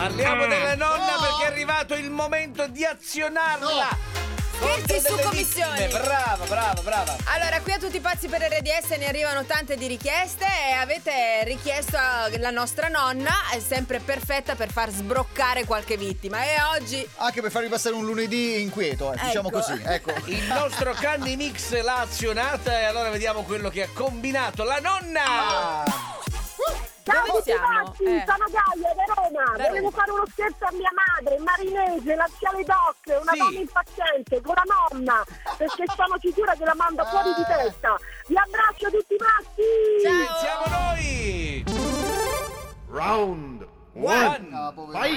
Parliamo della nonna perché è arrivato il momento di azionarla. Scherzi su commissioni. Brava. Allora, qui a Tutti Pazzi per RDS ne arrivano tante di richieste e avete richiesto la nostra nonna, è sempre perfetta per far sbroccare qualche vittima. E oggi anche per farvi passare un lunedì inquieto, diciamo così. Ecco. Il nostro Candy Mix l'ha azionata e allora vediamo quello che ha combinato la nonna. Dove siamo? Sono Gaia da Roma. Volevo fare uno scherzo a mia madre, marinese, laziale doc, una donna impaziente, con la nonna, perché sono sicura che la manda fuori di testa. Vi abbraccio tutti maschi! Ciao! Siamo noi! Round one. Vai!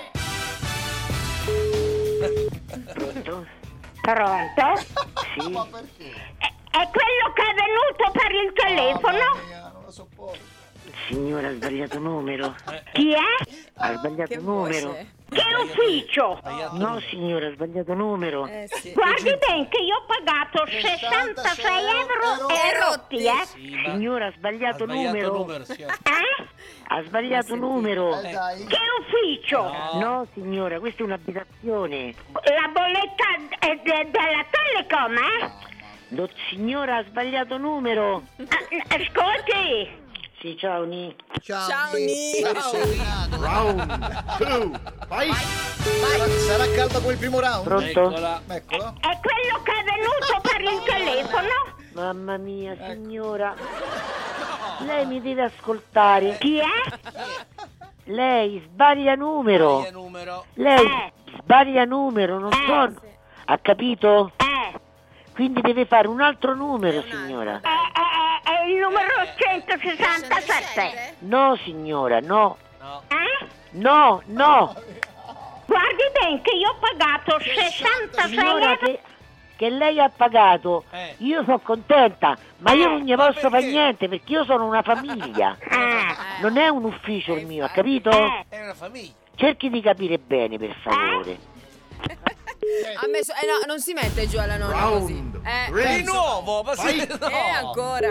Pronto? Pronto? Sì. Ma perché? È quello che è venuto per il telefono? Non lo sopporto. Signora, ha sbagliato numero. Chi è? Ha sbagliato che numero. voce? Che ufficio? No, signora, ha sbagliato numero. Sì. Guardi ben che io ho pagato 66 euro e rotti, Sì, ma Signora, ha sbagliato numero. sì. Ha sbagliato numero. Dai. Che ufficio? No, signora, questa è un'abitazione. La bolletta è della Telecom, signora, ha sbagliato numero. Ascolti. Sì, ciao Ni. Ciao, Ni. Round two. Vai! Sarà calda come il primo round? Pronto? Eccola. Eccolo. È quello che è venuto per il telefono? Mamma mia, signora. Lei mi deve ascoltare. Chi è? Lei sbaglia numero. Lei sbaglia numero, non so. Ha capito? Quindi deve fare un altro numero, signora. È il numero 167. No, signora, no. No. Guardi ben che io ho pagato 66 euro. Che lei ha pagato. Io sono contenta, ma io non ne posso fare niente perché io sono una famiglia. Non è un ufficio il mio, ha capito? È una famiglia. Cerchi di capire bene, per favore. Ha messo, no, non si mette giù alla nonna così. Round Di nuovo, ma sì, no. Ancora.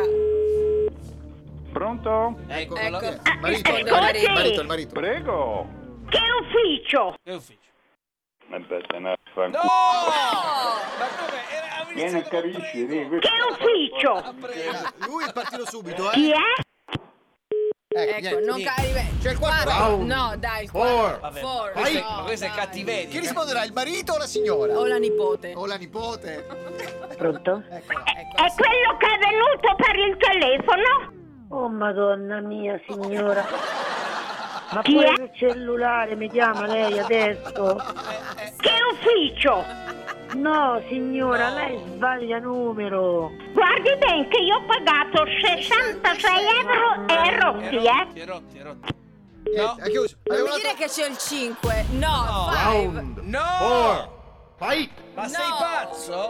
Pronto? Eccolo. Il marito. Prego. Che ufficio? Che ufficio? No! Ma come? Vieni a capisci, Che ufficio? Lui è partito subito, Chi è? Ecco, non C'è il quarto Guarda, round. no, dai, il Four. Vabbè, Four. ma questa è Chi cattiveria. risponderà, il marito o la signora? O la nipote. O la nipote? Pronto? Eccola. È quello che è venuto per il telefono? Oh, madonna mia, signora. Ma chi è? Il cellulare mi chiama lei adesso? Che ufficio? No, signora, lei sbaglia numero. Guardi ben che io ho pagato 66 euro e rotti, Si è rotti. No. Ha chiuso. Non mi dire che c'è il 5. No, 5. Round No! four. Vai! Ma sei pazzo?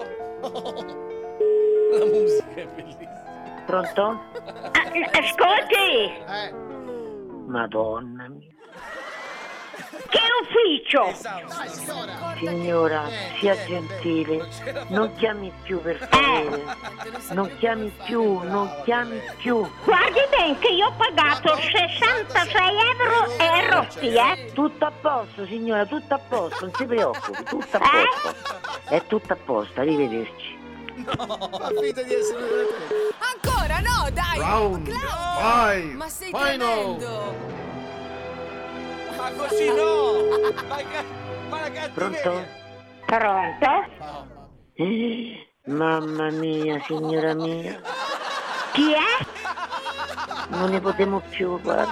La musica è bellissima. Pronto? Ascolti! Madonna mia. Che ufficio? Signora, sia gentile, non chiami più per favore. Non chiami più. Guardi ben che io ho pagato 66 euro e rotti, Tutto a posto, signora, tutto a posto, non si preoccupi, tutto a posto. È tutto a posto, arrivederci. Ha finta di essere Ancora, no, dai. Round Claudio. five. Ma sei Final. tremendo. Ma così no! Ma la cattiveria! Pronto? Mamma mia, signora mia. Chi è? Non ne potremo più, guarda.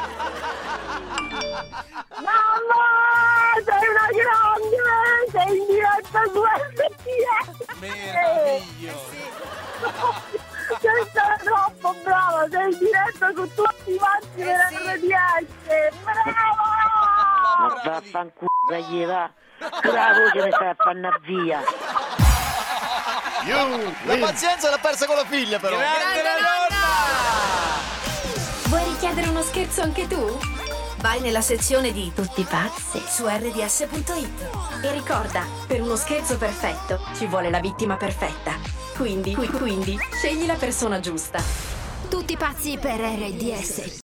Mamma, sei una grande! Sei in diretta su RTL! Meraviglioso! Sei stata troppo brava! Sei in diretta su tutti i pazzi per RTL! Brava! Ma vaffanculo, gli va. La voce mi sta a panna via. La pazienza l'ha persa con la figlia, però. Grande la nonna! Vuoi richiedere uno scherzo anche tu? Vai nella sezione di Tutti pazzi su rds.it e ricorda, per uno scherzo perfetto ci vuole la vittima perfetta. Quindi scegli la persona giusta. Tutti pazzi per RDS.